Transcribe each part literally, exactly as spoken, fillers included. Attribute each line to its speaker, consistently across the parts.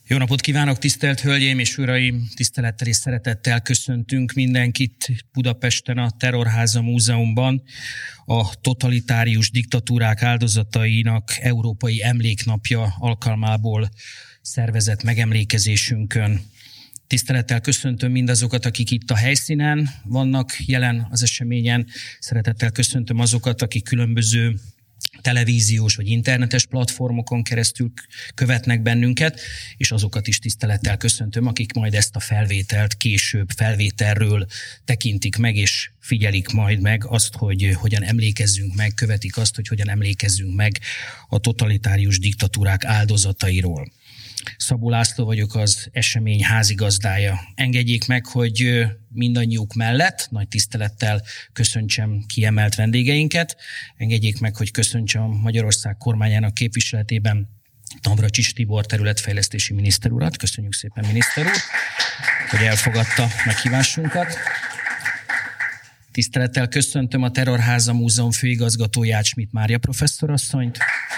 Speaker 1: Jó napot kívánok, tisztelt Hölgyeim és Uraim! Tisztelettel és szeretettel köszöntünk mindenkit Budapesten a Terrorháza Múzeumban, a totalitárius diktatúrák áldozatainak Európai Emléknapja alkalmából szervezett megemlékezésünkön. Tisztelettel köszöntöm mindazokat, akik itt a helyszínen vannak jelen az eseményen. Szeretettel köszöntöm azokat, akik különböző televíziós vagy internetes platformokon keresztül követnek bennünket, és azokat is tisztelettel köszöntöm, akik majd ezt a felvételt később felvételről tekintik meg, és figyelik majd meg azt, hogy hogyan emlékezzünk meg, követik azt, hogy hogyan emlékezzünk meg a totalitárius diktatúrák áldozatairól. Szabó László vagyok, az esemény házigazdája. Engedjék meg, hogy mindannyiuk mellett nagy tisztelettel köszöntsem kiemelt vendégeinket. Engedjék meg, hogy köszöntsem Magyarország kormányának képviseletében Navracsics Tibor területfejlesztési miniszter urat. Köszönjük szépen, miniszter úr, hogy elfogadta meghívásunkat. Tisztelettel köszöntöm a Terrorháza Múzeum főigazgatóját, Schmidt Mária professzorasszonyt.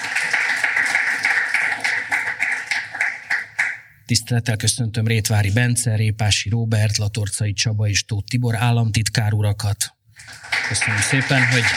Speaker 1: Tisztelettel köszöntöm Rétvári Bence, Répási Róbert, Latorcai Csaba és Tóth Tibor államtitkár urakat. Köszönöm szépen, hogy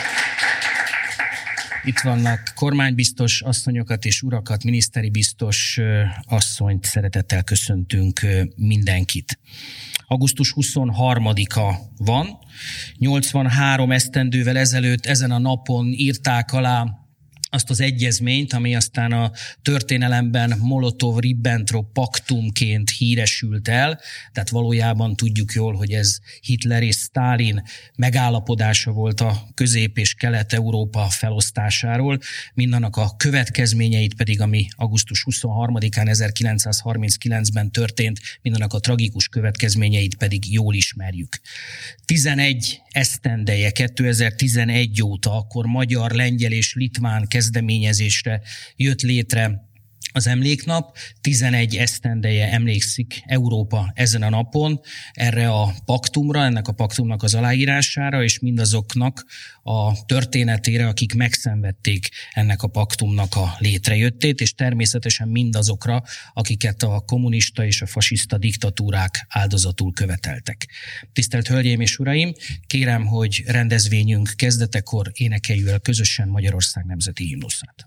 Speaker 1: itt vannak kormánybiztos asszonyokat és urakat, miniszteri biztos asszonyt, szeretettel köszöntünk mindenkit. augusztus huszonharmadika van, nyolcvanhárom esztendővel ezelőtt ezen a napon írták alá azt az egyezményt, ami aztán a történelemben Molotov-Ribbentrop paktumként híresült el, tehát valójában tudjuk jól, hogy ez Hitler és Sztálin megállapodása volt a Közép- és Kelet-Európa felosztásáról, mindannak a következményeit pedig, ami augusztus huszonharmadikán ezerkilencszázharminckilencben történt, mindannak a tragikus következményeit pedig jól ismerjük. tizenegy esztendeje, kétezer-tizenegy óta, akkor magyar, lengyel és litván kezdeményezésre jött létre az emléknap. tizenegy esztendeje emlékszik Európa ezen a napon erre a paktumra, ennek a paktumnak az aláírására, és mindazoknak a történetére, akik megszenvedték ennek a paktumnak a létrejöttét, és természetesen mindazokra, akiket a kommunista és a fasiszta diktatúrák áldozatul követeltek. Tisztelt Hölgyeim és Uraim, kérem, hogy rendezvényünk kezdetekor énekeljük el közösen Magyarország nemzeti himnuszát.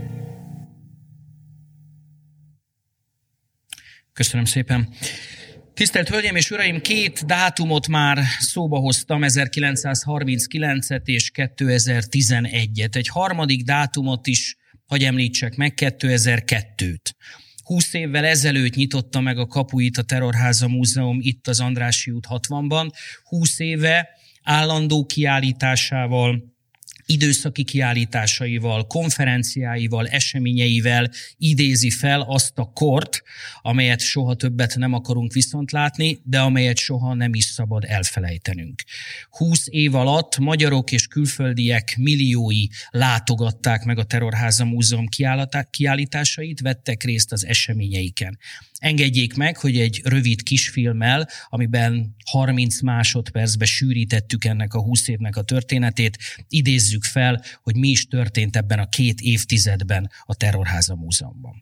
Speaker 1: Köszönöm szépen. Tisztelt Hölgyeim és Uraim, két dátumot már szóba hoztam, ezerkilencszázharminckilencet és kétezer-tizenegyet. Egy harmadik dátumot is hagy említsek meg, kétezer-kettőt. Húsz évvel ezelőtt nyitotta meg a kapuit a Terrorháza Múzeum itt az Andrássy út hatvanban. Húsz éve állandó kiállításával, időszaki kiállításaival, konferenciáival, eseményeivel idézi fel azt a kort, amelyet soha többet nem akarunk viszont látni, de amelyet soha nem is szabad elfelejtenünk. Húsz év alatt magyarok és külföldiek milliói látogatták meg a Terrorháza Múzeum kiállításait, vettek részt az eseményeiken. Engedjék meg, hogy egy rövid kisfilmmel, amiben harminc másodpercbe sűrítettük ennek a húsz évnek a történetét, idézzük fel, hogy mi is történt ebben a két évtizedben a Terrorháza Múzeumban.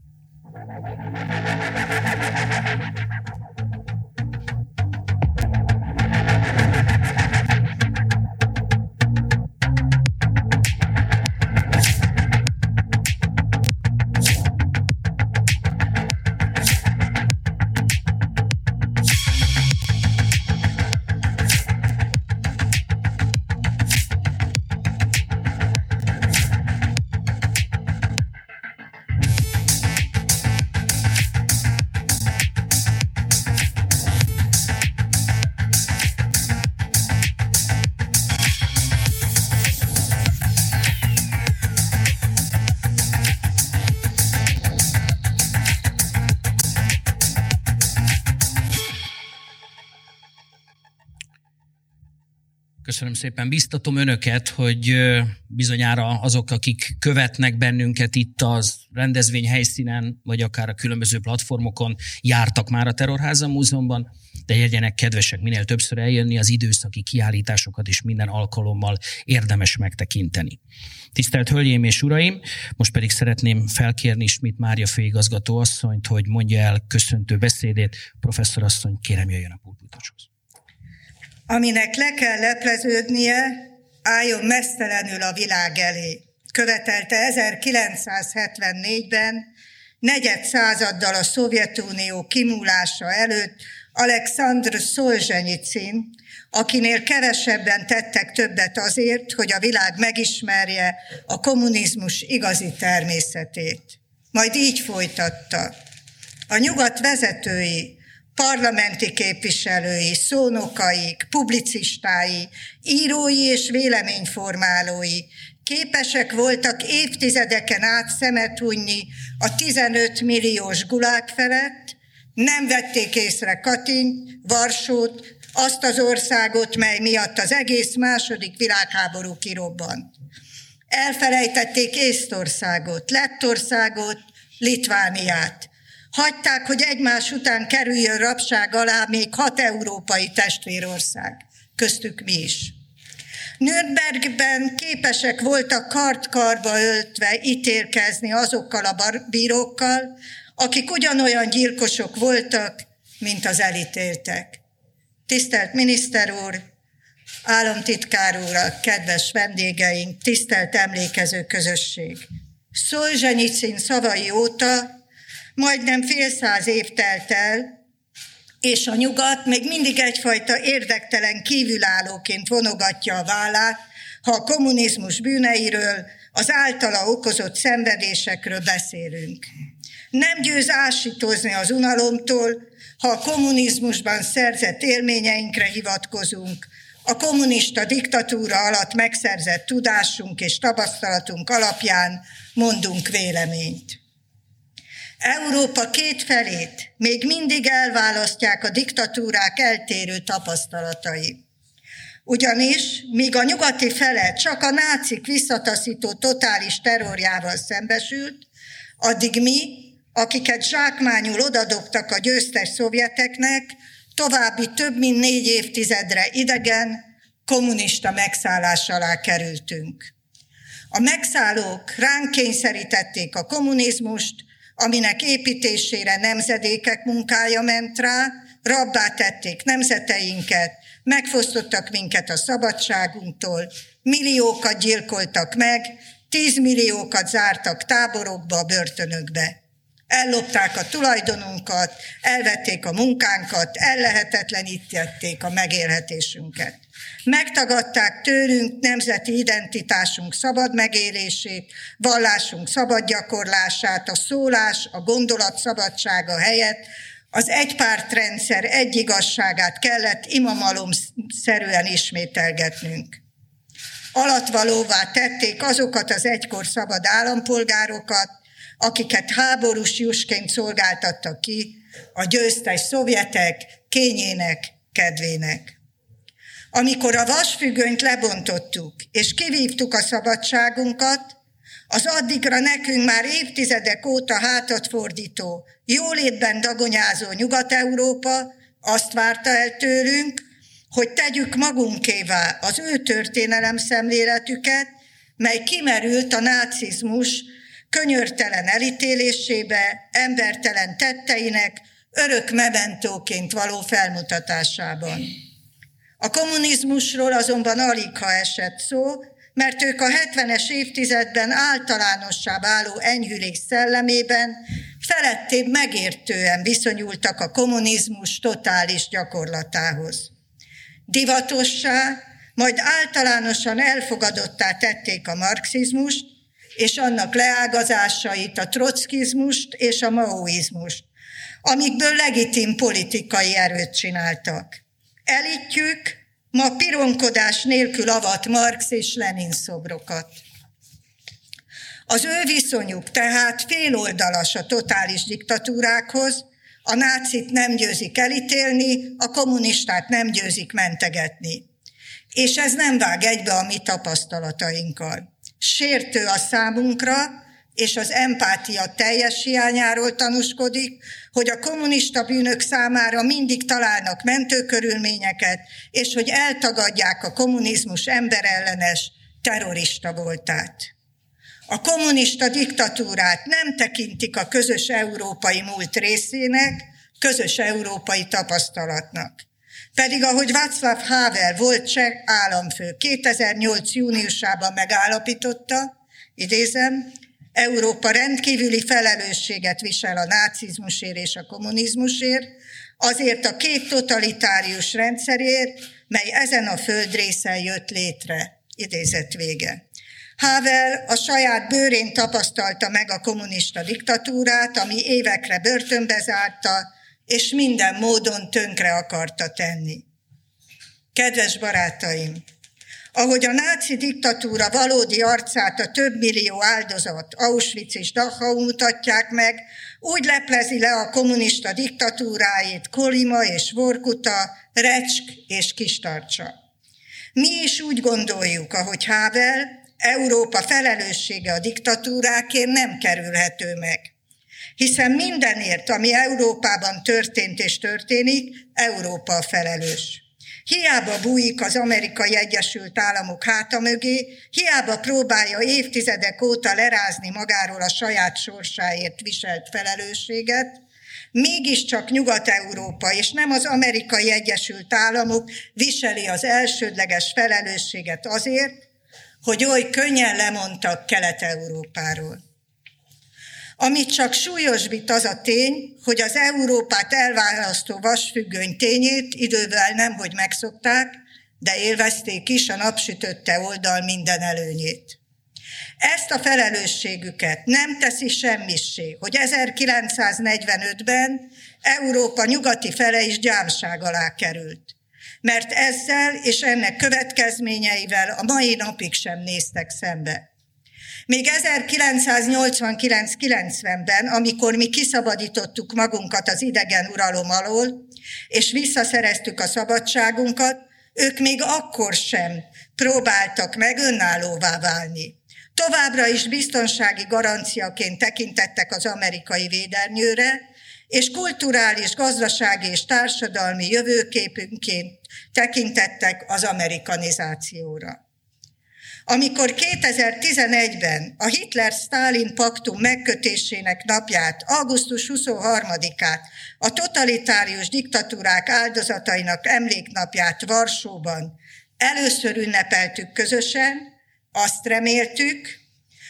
Speaker 1: Köszönöm szépen. Biztatom önöket, hogy bizonyára azok, akik követnek bennünket itt az rendezvény helyszínen, vagy akár a különböző platformokon jártak már a Terrorháza Múzeumban, de legyenek kedvesek minél többször eljönni, az időszaki kiállításokat is minden alkalommal érdemes megtekinteni. Tisztelt Hölgyeim és Uraim, most pedig szeretném felkérni Schmidt Mária főigazgató asszonyt, hogy mondja el köszöntő beszédét. Professzor asszony, kérem jöjjön a pulpitoshoz.
Speaker 2: Aminek le kell lepleződnie, álljon meztelenül a világ elé, követelte ezerkilencszázhetvennégyben, negyed századdal a Szovjetunió kimúlása előtt Alekszandr Szolzsenyicin, akinél kevesebben tettek többet azért, hogy a világ megismerje a kommunizmus igazi természetét. Majd így folytatta. A nyugat vezetői, parlamenti képviselői, szónokaik, publicistái, írói és véleményformálói képesek voltak évtizedeken át szemet hunyni a tizenöt milliós gulág felett, nem vették észre Katyint, Varsót, azt az országot, mely miatt az egész második világháború kirobbant. Elfelejtették Észtországot, Lettországot, Litvániát. Hagyták, hogy egymás után kerüljön rabság alá még hat európai testvérország, köztük mi is. Nürnbergben képesek voltak kard-karba öltve ítélkezni azokkal a bírókkal, akik ugyanolyan gyilkosok voltak, mint az elítéltek. Tisztelt miniszter úr, államtitkár úr, kedves vendégeink, tisztelt emlékező közösség! Szolzsenyicin szavai óta majdnem fél száz év telt el, és a nyugat még mindig egyfajta érdektelen kívülállóként vonogatja a vállát, ha a kommunizmus bűneiről, az általa okozott szenvedésekről beszélünk. Nem győz ásítozni az unalomtól, ha a kommunizmusban szerzett élményeinkre hivatkozunk, a kommunista diktatúra alatt megszerzett tudásunk és tapasztalatunk alapján mondunk véleményt. Európa két felét még mindig elválasztják a diktatúrák eltérő tapasztalatai. Ugyanis, míg a nyugati fele csak a nácik visszataszító totális terrorjával szembesült, addig mi, akiket zsákmányul odadobtak a győztes szovjeteknek, további több mint négy évtizedre idegen, kommunista megszállás alá kerültünk. A megszállók ránk kényszerítették a kommunizmust, aminek építésére nemzedékek munkája ment rá, rabbá tették nemzeteinket, megfosztottak minket a szabadságunktól, milliókat gyilkoltak meg, tízmilliókat zártak táborokba, börtönökbe. Ellopták a tulajdonunkat, elvették a munkánkat, ellehetetlenítették a megélhetésünket. Megtagadták tőlünk nemzeti identitásunk szabad megélését, vallásunk szabad gyakorlását, a szólás, a gondolat szabadsága helyett az egypártrendszer egy igazságát kellett imamalomszerűen ismételgetnünk. Alatvalóvá tették azokat az egykor szabad állampolgárokat, akiket háborús jusként szolgáltattak ki a győztes szovjetek kényének, kedvének. Amikor a vasfüggönyt lebontottuk, és kivívtuk a szabadságunkat, az addigra nekünk már évtizedek óta hátat fordító, jólétben dagonyázó Nyugat-Európa azt várta el tőlünk, hogy tegyük magunkévá az ő történelem szemléletüket, mely kimerült a nácizmus könyörtelen elítélésébe, embertelen tetteinek örök mementóként való felmutatásában. A kommunizmusról azonban alig ha esett szó, mert ők a hetvenes évtizedben általánossá váló enyhülés szellemében felettébb megértően viszonyultak a kommunizmus totális gyakorlatához. Divatossá, majd általánosan elfogadottá tették a marxizmust, és annak leágazásait, a trockizmust és a maoizmust, amikből legitim politikai erőt csináltak. Elitjük ma pironkodás nélkül avat Marx és Lenin szobrokat. Az ő viszonyuk tehát féloldalas a totális diktatúrákhoz, a nácit nem győzik elítélni, a kommunistát nem győzik mentegetni. És ez nem vág egybe a mi tapasztalatainkkal. Sértő a számunkra, és az empátia teljes hiányáról tanúskodik, hogy a kommunista bűnök számára mindig találnak mentőkörülményeket, és hogy eltagadják a kommunizmus emberellenes terrorista voltát. A kommunista diktatúrát nem tekintik a közös európai múlt részének, közös európai tapasztalatnak. Pedig ahogy Václav Havel volt cseh államfő kétezer-nyolc júniusában megállapította, idézem, Európa rendkívüli felelősséget visel a nácizmusért és a kommunizmusért, azért a két totalitárius rendszerért, mely ezen a földrészen jött létre. Idézet vége. Havel a saját bőrén tapasztalta meg a kommunista diktatúrát, ami évekre börtönbe zárta, és minden módon tönkre akarta tenni. Kedves barátaim! Ahogy a náci diktatúra valódi arcát a több millió áldozat, Auschwitz és Dachau mutatják meg, úgy leplezi le a kommunista diktatúráit Kolyma és Vorkuta, Recsk és Kistarcsa. Mi is úgy gondoljuk, ahogy Havel, Európa felelőssége a diktatúrákért nem kerülhető meg. Hiszen mindenért, ami Európában történt és történik, Európa a felelős. Hiába bújik az Amerikai Egyesült Államok háta mögé, hiába próbálja évtizedek óta lerázni magáról a saját sorsáért viselt felelősséget, mégiscsak Nyugat-Európa és nem az Amerikai Egyesült Államok viseli az elsődleges felelősséget azért, hogy oly könnyen lemondtak Kelet-Európáról. Amit csak súlyosbít az a tény, hogy az Európát elválasztó vasfüggöny tényét idővel nemhogy megszokták, de élvezték is a napsütötte oldal minden előnyét. Ezt a felelősségüket nem teszi semmissé, hogy ezerkilencszáznegyvenötben Európa nyugati fele is gyámság alá került. Mert ezzel és ennek következményeivel a mai napig sem néztek szembe. Még ezerkilencszáznyolcvankilenc-kilencvenben, amikor mi kiszabadítottuk magunkat az idegen uralom alól, és visszaszereztük a szabadságunkat, ők még akkor sem próbáltak meg önállóvá válni. Továbbra is biztonsági garanciaként tekintettek az amerikai védernyőre, és kulturális, gazdasági és társadalmi jövőképünként tekintettek az amerikanizációra. Amikor kétezer-tizenegyben a Hitler-Sztálin paktum megkötésének napját, augusztus huszonharmadikát, a totalitárius diktatúrák áldozatainak emléknapját Varsóban először ünnepeltük közösen, azt reméltük,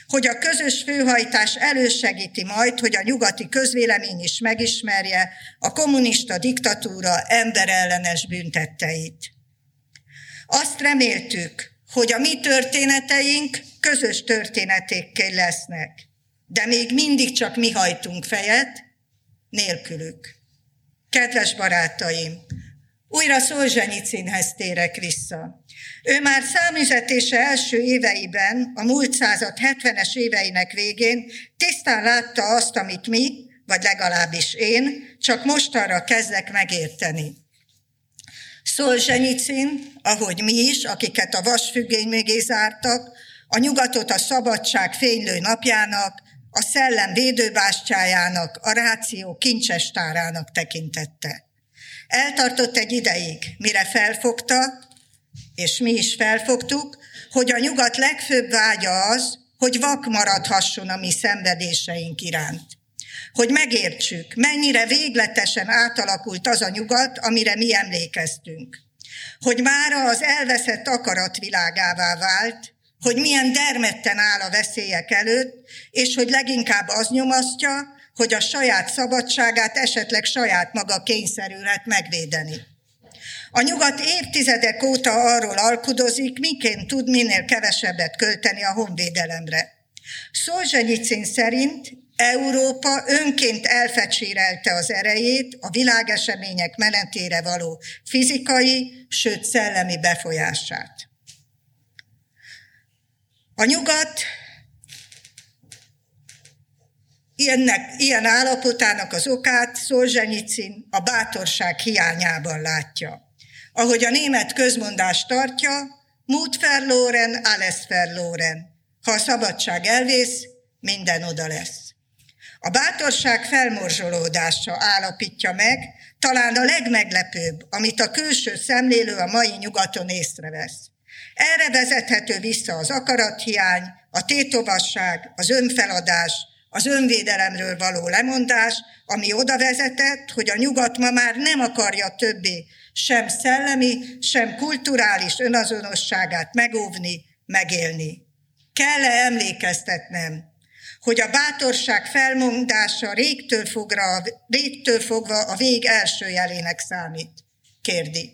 Speaker 2: hogy a közös főhajtás elősegíti majd, hogy a nyugati közvélemény is megismerje a kommunista diktatúra emberellenes bűntetteit. Azt reméltük, hogy a mi történeteink közös történetékké lesznek, de még mindig csak mi hajtunk fejet, nélkülük. Kedves barátaim, újra Szolzsenyicinhez térek vissza. Ő már számüzetése első éveiben, a múlt század hetvenes éveinek végén tisztán látta azt, amit mi, vagy legalábbis én, csak mostanra kezdek megérteni. Szolzsenyicin, ahogy mi is, akiket a vasfüggöny mögé zártak, a nyugatot a szabadság fénylő napjának, a szellem védőbástyájának, a ráció kincses tárának tekintette. Eltartott egy ideig, mire felfogta, és mi is felfogtuk, hogy a nyugat legfőbb vágya az, hogy vak maradhasson a mi szenvedéseink iránt. Hogy megértsük, mennyire végletesen átalakult az a nyugat, amire mi emlékeztünk. Hogy mára az elveszett akarat világává vált, hogy milyen dermedten áll a veszélyek előtt, és hogy leginkább az nyomasztja, hogy a saját szabadságát esetleg saját maga kényszerülhet megvédeni. A nyugat évtizedek óta arról alkudozik, miként tud minél kevesebbet költeni a honvédelemre. Szolzsenyicin szerint Európa önként elfecsérelte az erejét, a világesemények menetére való fizikai, sőt szellemi befolyását. A nyugat ilyennek, ilyen állapotának az okát Szolzsenyicin a bátorság hiányában látja. Ahogy a német közmondás tartja, Mut verloren, alles verloren. Ha a szabadság elvész, minden oda lesz. A bátorság felmorzsolódása állapítja meg, talán a legmeglepőbb, amit a külső szemlélő a mai nyugaton észrevesz. Erre vezethető vissza az akarathiány, a tétovasság, az önfeladás, az önvédelemről való lemondás, ami oda vezetett, hogy a nyugat ma már nem akarja többé sem szellemi, sem kulturális önazonosságát megóvni, megélni. Kell-e emlékeztetnem, hogy a bátorság felmondása régtől, fogra, régtől fogva a vég első jelének számít? Kérdi.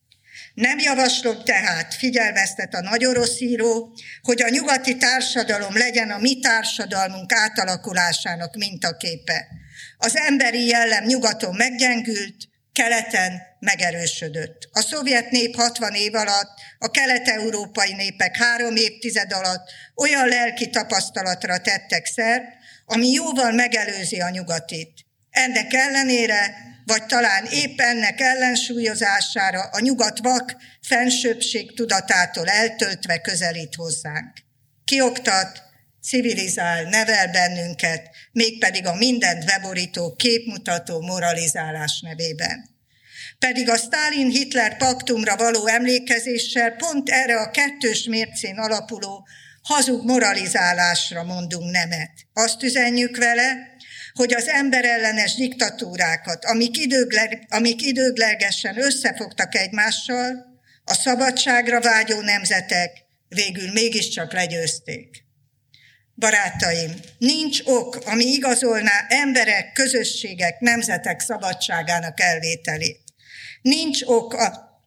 Speaker 2: Nem javaslom tehát, figyelmeztet a nagy orosz író, hogy a nyugati társadalom legyen a mi társadalmunk átalakulásának mintaképe. Az emberi jellem nyugaton meggyengült, keleten megerősödött. A szovjet nép hatvan év alatt, a kelet-európai népek három évtized alatt olyan lelki tapasztalatra tettek szert, ami jóval megelőzi a nyugatit. Ennek ellenére, vagy talán épp ennek ellensúlyozására a nyugat vak fensőbbség tudatától eltöltve közelít hozzánk. Kioktat, civilizál, nevel bennünket, mégpedig a mindent beborító, képmutató moralizálás nevében. Pedig a Sztálin-Hitler paktumra való emlékezéssel pont erre a kettős mércén alapuló hazug moralizálásra mondunk nemet. Azt üzenjük vele, hogy az emberellenes diktatúrákat, amik, időgleg, amik időglegesen összefogtak egymással, a szabadságra vágyó nemzetek végül mégiscsak legyőzték. Barátaim, nincs ok, ami igazolná emberek, közösségek, nemzetek szabadságának elvételét. Nincs ok,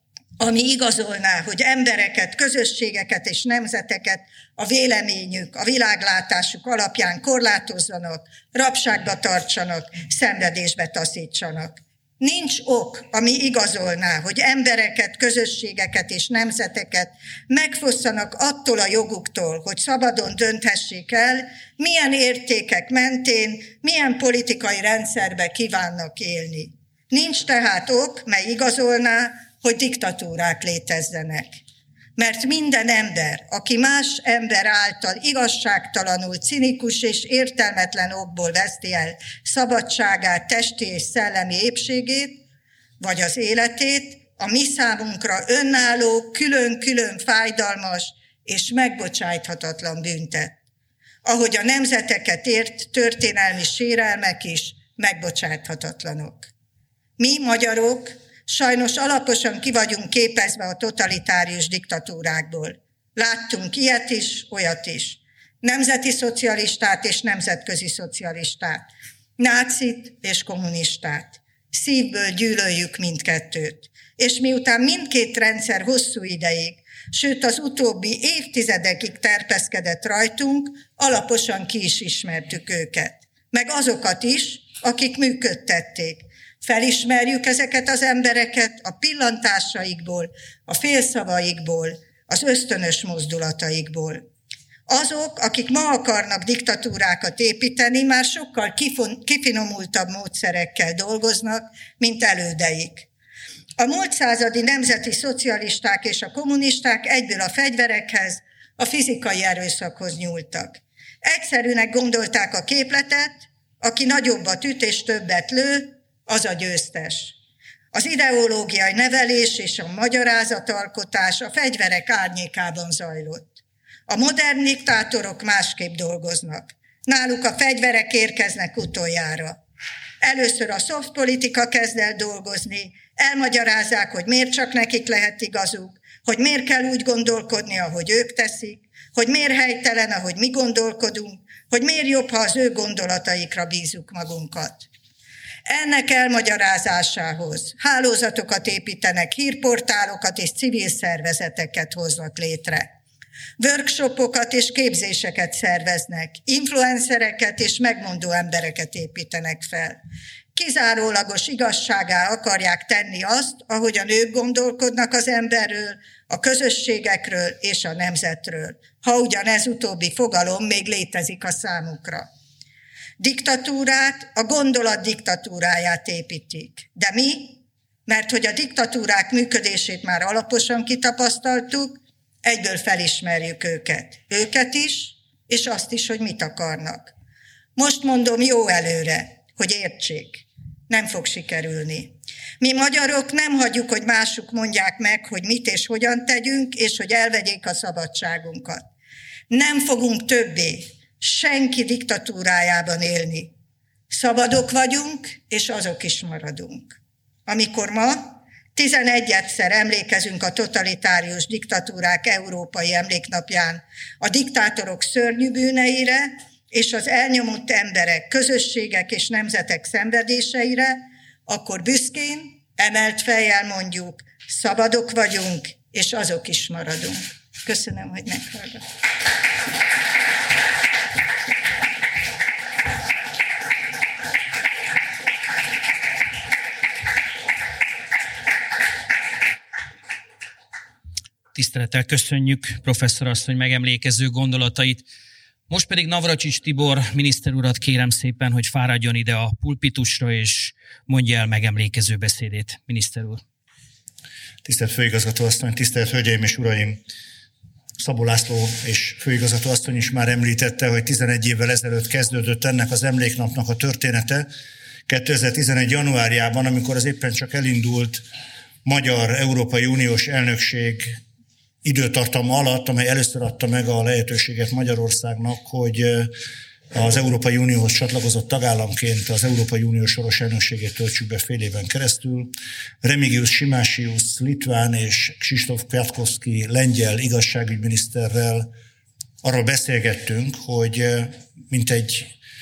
Speaker 2: ami igazolná, hogy embereket, közösségeket és nemzeteket a véleményük, a világlátásuk alapján korlátozzanak, rabságba tartsanak, szenvedésbe taszítsanak. Nincs ok, ami igazolná, hogy embereket, közösségeket és nemzeteket megfosszanak attól a joguktól, hogy szabadon dönthessék el, milyen értékek mentén, milyen politikai rendszerbe kívánnak élni. Nincs tehát ok, mely igazolná, hogy diktatúrák létezzenek. Mert minden ember, aki más ember által igazságtalanul, cinikus és értelmetlen okból veszti el szabadságát, testi és szellemi épségét, vagy az életét, a mi számunkra önálló, külön-külön fájdalmas és megbocsájthatatlan büntet. Ahogy a nemzeteket ért történelmi sérelmek is megbocsájthatatlanok. Mi, magyarok, sajnos alaposan ki vagyunk képezve a totalitárius diktatúrákból. Láttunk ilyet is, olyat is. nemzeti szocialistát és nemzetközi szocialistát, nácit és kommunistát. Szívből gyűlöljük mindkettőt. És miután mindkét rendszer hosszú ideig, sőt az utóbbi évtizedekig terpeszkedett rajtunk, alaposan ki is ismertük őket. Meg azokat is, akik működtették. Felismerjük ezeket az embereket a pillantásaikból, a félszavaikból, az ösztönös mozdulataikból. Azok, akik ma akarnak diktatúrákat építeni, már sokkal kifon, kifinomultabb módszerekkel dolgoznak, mint elődeik. A múlt századi nemzeti szocialisták és a kommunisták egyből a fegyverekhez, a fizikai erőszakhoz nyúltak. Egyszerűnek gondolták a képletet, aki nagyobbat üt és többet lő, az a győztes. Az ideológiai nevelés és a magyarázatalkotás a fegyverek árnyékában zajlott. A modern diktátorok másképp dolgoznak. Náluk a fegyverek érkeznek utoljára. Először a soft politika kezd el dolgozni, elmagyarázzák, hogy miért csak nekik lehet igazuk, hogy miért kell úgy gondolkodni, ahogy ők teszik, hogy miért helytelen, ahogy mi gondolkodunk, hogy miért jobb, ha az ő gondolataikra bízunk magunkat. Ennek elmagyarázásához hálózatokat építenek, hírportálokat és civil szervezeteket hoznak létre. Workshopokat és képzéseket szerveznek, influencereket és megmondó embereket építenek fel. Kizárólagos igazságá akarják tenni azt, ahogyan ők gondolkodnak az emberről, a közösségekről és a nemzetről, ha ugyan ez utóbbi fogalom még létezik a számukra. Diktatúrát, a gondolat diktatúráját építik. De mi? Mert hogy a diktatúrák működését már alaposan kitapasztaltuk, egyből felismerjük őket. Őket is, és azt is, hogy mit akarnak. Most mondom jó előre, hogy értsék. Nem fog sikerülni. Mi magyarok nem hagyjuk, hogy mások mondják meg, hogy mit és hogyan tegyünk, és hogy elvegyék a szabadságunkat. Nem fogunk többé senki diktatúrájában élni. Szabadok vagyunk, és azok is maradunk. Amikor ma tizenegyedszer emlékezünk a totalitárius diktatúrák európai emléknapján a diktátorok szörnyű bűneire és az elnyomott emberek, közösségek és nemzetek szenvedéseire, akkor büszkén, emelt fejjel mondjuk, szabadok vagyunk, és azok is maradunk. Köszönöm, hogy meghallgattak.
Speaker 1: Tisztelettel köszönjük professzor asszony megemlékező gondolatait. Most pedig Navracsics Tibor miniszter urat kérem szépen, hogy fáradjon ide a pulpitusra, és mondja el megemlékező beszédét, miniszter úr.
Speaker 3: Tisztelt főigazgató asszony, tisztelt hölgyeim és uraim! Szabó László és főigazgató asszony is már említette, hogy tizenegy évvel ezelőtt kezdődött ennek az emléknapnak a története. kétezer-tizenegy januárjában, amikor az éppen csak elindult magyar Európai Uniós elnökség időtartama alatt, amely először adta meg a lehetőséget Magyarországnak, hogy az Európai Unióhoz csatlakozott tagállamként az Európai Unió soros elnökségét töltsük be fél éven keresztül. Remigius Simásius litván és Krzysztof Kwiatkowski lengyel igazságügyminiszterrel arról beszélgettünk, hogy mintegy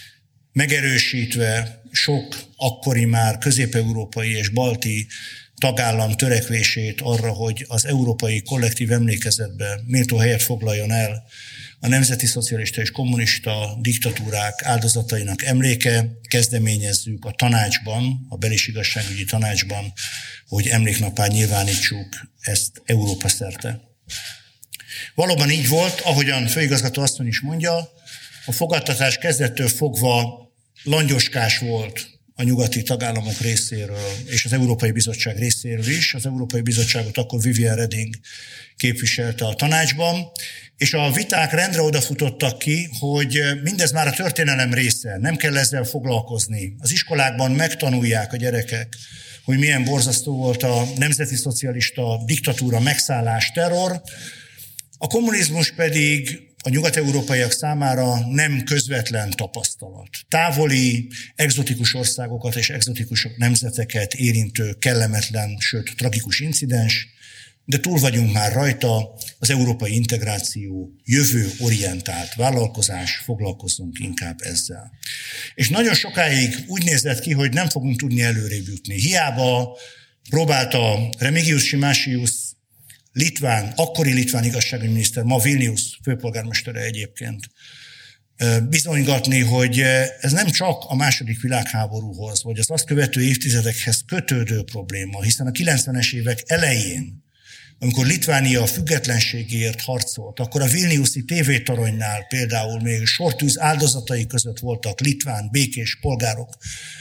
Speaker 3: megerősítve sok akkori már közép-európai és balti tagállam törekvését arra, hogy az európai kollektív emlékezetbe méltó helyet foglaljon el a nemzeti szocialista és kommunista diktatúrák áldozatainak emléke, kezdeményezzük a tanácsban, a Bel- és Igazságügyi Tanácsban, hogy emléknappá nyilvánítsuk ezt Európa szerte. Valóban így volt, ahogyan főigazgató asszony is mondja, a fogadtatás kezdettől fogva langyoskás volt a nyugati tagállamok részéről, és az Európai Bizottság részéről is. Az Európai Bizottságot akkor Viviane Reding képviselte a tanácsban, és a viták rendre odafutottak ki, hogy mindez már a történelem része, nem kell ezzel foglalkozni. Az iskolákban megtanulják a gyerekek, hogy milyen borzasztó volt a nemzeti szocialista diktatúra, megszállás, terror. A kommunizmus pedig a nyugat-európaiak számára nem közvetlen tapasztalat. Távoli, egzotikus országokat és egzotikus nemzeteket érintő kellemetlen, sőt tragikus incidens, de túl vagyunk már rajta, az európai integráció jövőorientált vállalkozás, foglalkozzunk inkább ezzel. És nagyon sokáig úgy nézett ki, hogy nem fogunk tudni előrébb jutni. Hiába próbálta Remigius Šimašius, litván, akkori litván igazságügyminiszter, ma Vilnius főpolgármestere egyébként, bizonygatni, hogy ez nem csak a második világháborúhoz, vagy az azt követő évtizedekhez kötődő probléma, hiszen a kilencvenes évek elején, amikor Litvánia a függetlenségéért harcolt, akkor a vilniuszi tévétoronynál például még sortűz áldozatai között voltak litván békés polgárok,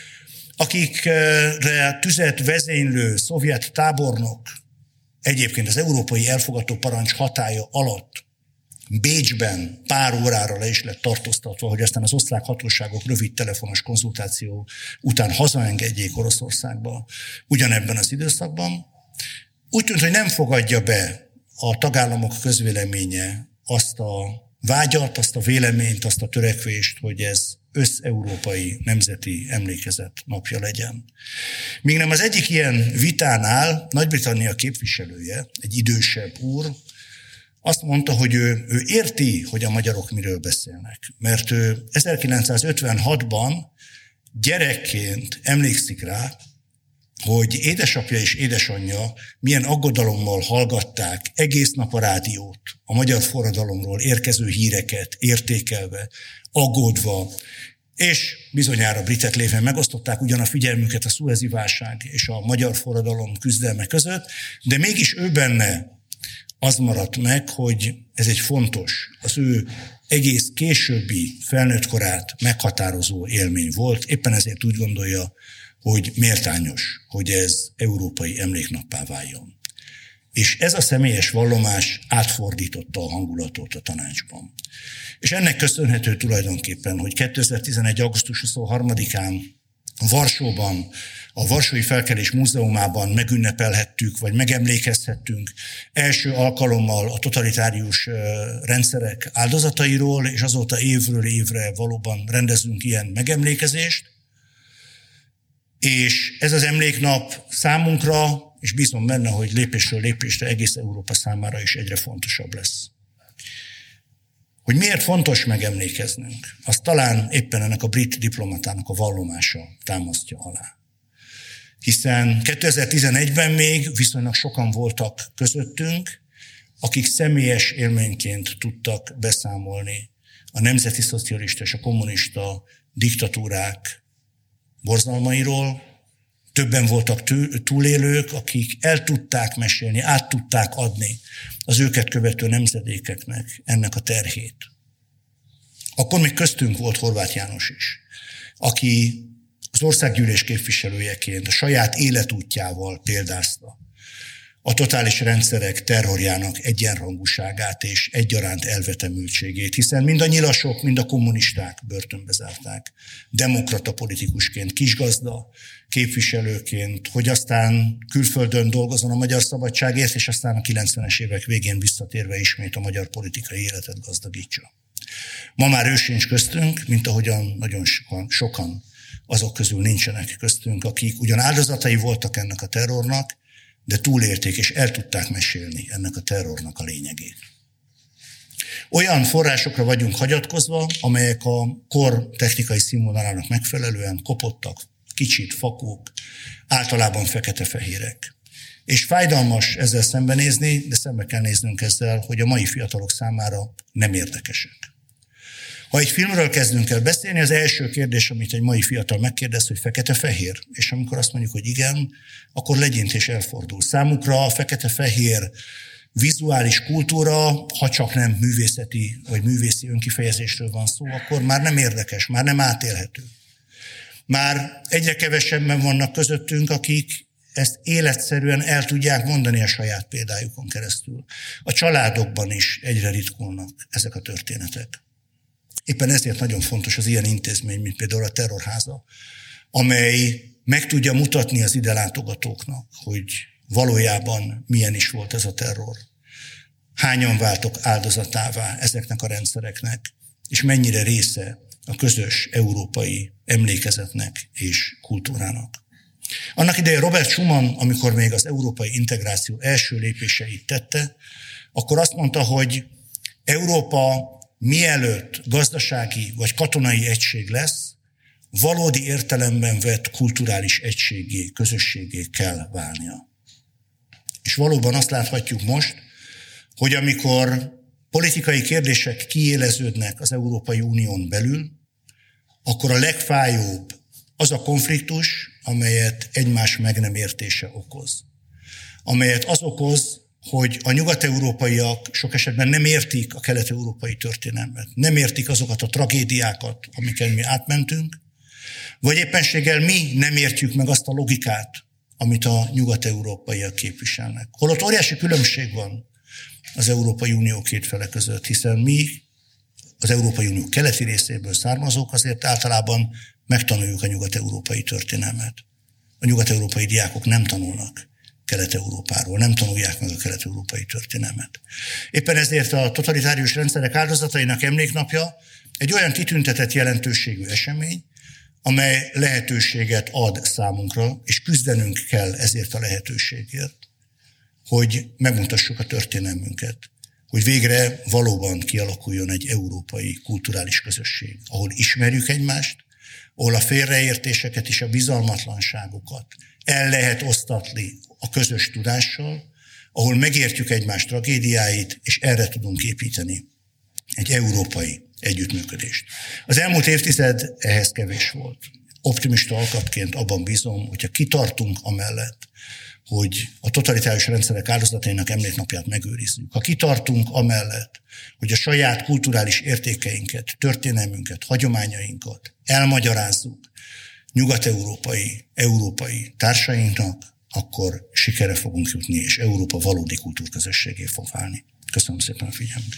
Speaker 3: akikre tüzet vezénylő szovjet tábornok egyébként az európai elfogadó parancs hatálya alatt Bécsben pár órára le is lett tartóztatva, hogy aztán az osztrák hatóságok rövid telefonos konzultáció után hazaengedjék Oroszországba ugyanebben az időszakban. Úgy tűnt, hogy nem fogadja be a tagállamok közvéleménye azt a vágyat, azt a véleményt, azt a törekvést, hogy ez összeurópai nemzeti emlékezet napja legyen. Míg nem az egyik ilyen vitánál Nagy-Britannia képviselője, egy idősebb úr, azt mondta, hogy ő, ő érti, hogy a magyarok miről beszélnek, mert ő ezerkilencszázötvenhatban gyerekként emlékszik rá, hogy édesapja és édesanyja milyen aggodalommal hallgatták egész nap a rádiót, a magyar forradalomról érkező híreket értékelve, aggódva, és bizonyára britek lévén megosztották ugyan a figyelmüket a szuezi válság és a magyar forradalom küzdelme között, de mégis ő benne az maradt meg, hogy ez egy fontos, az ő egész későbbi felnőtt korát meghatározó élmény volt, éppen ezért úgy gondolja, hogy méltányos, hogy ez európai emléknappá váljon. És ez a személyes vallomás átfordította a hangulatot a tanácsban. És ennek köszönhető tulajdonképpen, hogy kétezer-tizenegy. augusztus huszonharmadikán Varsóban, a Varsói Felkelés Múzeumában megünnepelhettük, vagy megemlékezhettünk első alkalommal a totalitárius rendszerek áldozatairól, és azóta évről évre valóban rendezünk ilyen megemlékezést. És ez az emléknap számunkra, és bízom benne, hogy lépésről lépésre egész Európa számára is egyre fontosabb lesz. Hogy miért fontos megemlékeznünk, azt talán éppen ennek a brit diplomatának a vallomása támasztja alá. Hiszen kétezer-tizenegyben még viszonylag sokan voltak közöttünk, akik személyes élményként tudtak beszámolni a nemzeti szocialista és a kommunista diktatúrák borzalmairól. Többen voltak túlélők, akik el tudták mesélni, át tudták adni az őket követő nemzedékeknek ennek a terhét. Akkor még köztünk volt Horváth János is, aki az országgyűlés képviselőjeként a saját életútjával példázta a totális rendszerek terrorjának egyenrangúságát és egyaránt elvetemültségét, hiszen mind a nyilasok, mind a kommunisták börtönbe zárták. Demokrata politikusként, kisgazda képviselőként, hogy aztán külföldön dolgozzon a magyar szabadságért, és aztán a kilencvenes évek végén visszatérve ismét a magyar politikai életet gazdagítsa. Ma már ő sincs köztünk, mint ahogyan nagyon sokan, sokan azok közül nincsenek köztünk, akik ugyan áldozatai voltak ennek a terrornak, de túlélték és el tudták mesélni ennek a terrornak a lényegét. Olyan forrásokra vagyunk hagyatkozva, amelyek a kor technikai színvonalának megfelelően kopottak, kicsit fakók, általában fekete-fehérek. És fájdalmas ezzel szembenézni, de szembe kell néznünk ezzel, hogy a mai fiatalok számára nem érdekesek. Ha egy filmről kezdünk el beszélni, az első kérdés, amit egy mai fiatal megkérdez, hogy fekete-fehér. És amikor azt mondjuk, hogy igen, akkor legyint és elfordul. Számukra a fekete-fehér vizuális kultúra, ha csak nem művészeti vagy művészi önkifejezésről van szó, akkor már nem érdekes, már nem átélhető. Már egyre kevesebben vannak közöttünk, akik ezt életszerűen el tudják mondani a saját példájukon keresztül. A családokban is egyre ritkulnak ezek a történetek. Éppen ezért nagyon fontos az ilyen intézmény, mint például a Terrorháza, amely meg tudja mutatni az ide látogatóknak, hogy valójában milyen is volt ez a terror. Hányan váltok áldozatává ezeknek a rendszereknek, és mennyire része a közös európai emlékezetnek és kultúrának. Annak idején Robert Schuman, amikor még az európai integráció első lépéseit tette, akkor azt mondta, hogy Európa mielőtt gazdasági vagy katonai egység lesz, valódi értelemben vett kulturális egységé, közösségé kell válnia. És valóban azt láthatjuk most, hogy amikor politikai kérdések kiéleződnek az Európai Unión belül, akkor a legfájóbb az a konfliktus, amelyet egymás meg nem értése okoz. Amelyet az okoz, hogy a nyugat-európaiak sok esetben nem értik a kelet-európai történelmet, nem értik azokat a tragédiákat, amiken mi átmentünk, vagy éppenséggel mi nem értjük meg azt a logikát, amit a nyugat-európaiak képviselnek. Holott óriási különbség van az Európai Unió két fele között, hiszen mi, az Európai Unió keleti részéből származók, azért általában megtanuljuk a nyugat-európai történelmet. A nyugat-európai diákok nem tanulnak Kelet-Európáról, nem tanulják meg a kelet-európai történelmet. Éppen ezért a totalitárius rendszerek áldozatainak emléknapja egy olyan kitüntetett jelentőségű esemény, amely lehetőséget ad számunkra, és küzdenünk kell ezért a lehetőségért, hogy megmutassuk a történelmünket, hogy végre valóban kialakuljon egy európai kulturális közösség, ahol ismerjük egymást, ahol a félreértéseket és a bizalmatlanságokat el lehet osztatni a közös tudással, ahol megértjük egymás tragédiáit, és erre tudunk építeni egy európai együttműködést. Az elmúlt évtized ehhez kevés volt. Optimista alkatként abban bízom, hogyha kitartunk amellett, hogy a totalitárius rendszerek áldozatainak emléknapját megőrizzük. Ha kitartunk amellett, hogy a saját kulturális értékeinket, történelmünket, hagyományainkat elmagyarázzuk nyugat-európai, európai társainknak, akkor sikerre fogunk jutni, és Európa valódi kultúrközösségé fog válni. Köszönöm szépen a figyelmet.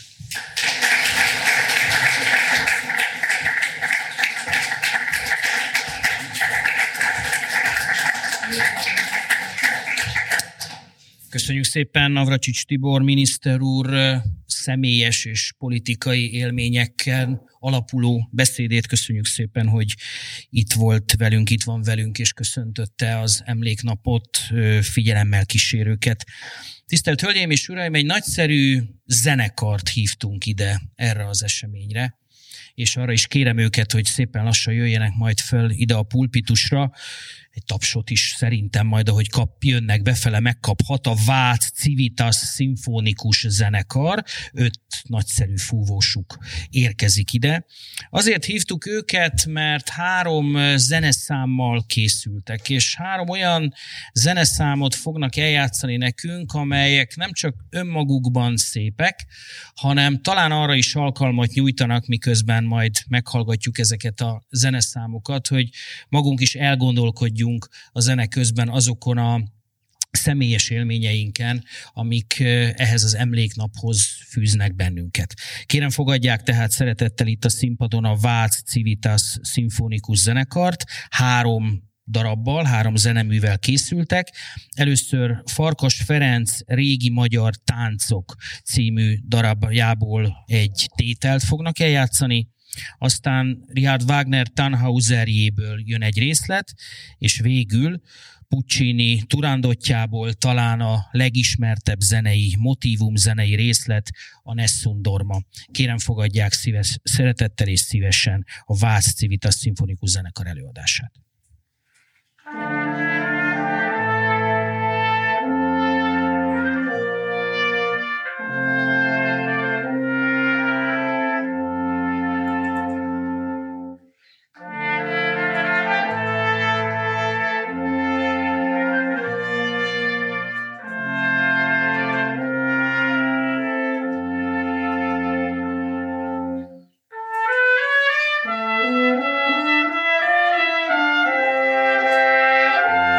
Speaker 1: Köszönjük szépen Navracsics Tibor miniszter úr személyes és politikai élményekkel alapuló beszédét. Köszönjük szépen, hogy itt volt velünk, itt van velünk, és köszöntötte az emléknapot, figyelemmel kísérőket. Tisztelt Hölgyeim és Uraim, egy nagyszerű zenekart hívtunk ide erre az eseményre, és arra is kérem őket, hogy szépen lassan jöjjenek majd föl ide a pulpitusra. Egy tapsot is szerintem majd, ahogy kap, jönnek befele, megkaphat a Vác Civitas szimfonikus zenekar. Öt nagyszerű fúvósuk érkezik ide. Azért hívtuk őket, mert három zeneszámmal készültek, és három olyan zeneszámot fognak eljátszani nekünk, amelyek nem csak önmagukban szépek, hanem talán arra is alkalmat nyújtanak, miközben majd meghallgatjuk ezeket a zeneszámokat, hogy magunk is elgondolkodjunk a zene közben azokon a személyes élményeinken, amik ehhez az emléknaphoz fűznek bennünket. Kérem, fogadják tehát szeretettel itt a színpadon a Vác Civitas szimfonikus zenekart. Három darabbal, három zeneművel készültek. Először Farkas Ferenc Régi magyar táncok című darabjából egy tételt fognak eljátszani, aztán Richard Wagner Tannhauserjéből jön egy részlet, és végül Puccini Turandotjából talán a legismertebb zenei, motívum zenei részlet, a Nessun Dorma. Kérem, fogadják szíves, szeretettel és szívesen a Vác Civitas szimfonikus zenekar előadását.
Speaker 4: Thank you.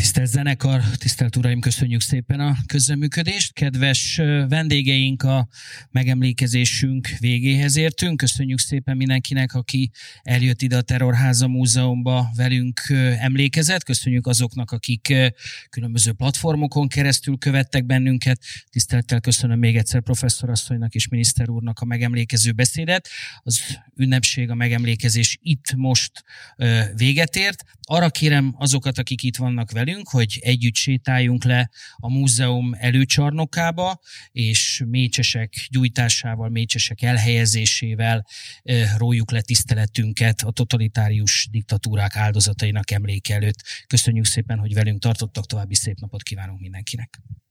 Speaker 1: Tisztelt zenekar, tisztelt uraim, köszönjük szépen a közreműködést. Kedves vendégeink, a megemlékezésünk végéhez értünk. Köszönjük szépen mindenkinek, aki eljött ide a Terrorháza Múzeumba velünk emlékezett. Köszönjük azoknak, akik különböző platformokon keresztül követtek bennünket. Tisztelettel köszönöm még egyszer professzorasszonynak és miniszter úrnak a megemlékező beszédet. Az ünnepség, a megemlékezés itt most véget ért. Arra kérem azokat, akik itt vannak velünk, hogy együtt sétáljunk le a múzeum előcsarnokába, és mécsesek gyújtásával, mécsesek elhelyezésével rójuk le tiszteletünket a totalitárius diktatúrák áldozatainak emléke előtt. Köszönjük szépen, hogy velünk tartottak, további szép napot kívánunk mindenkinek.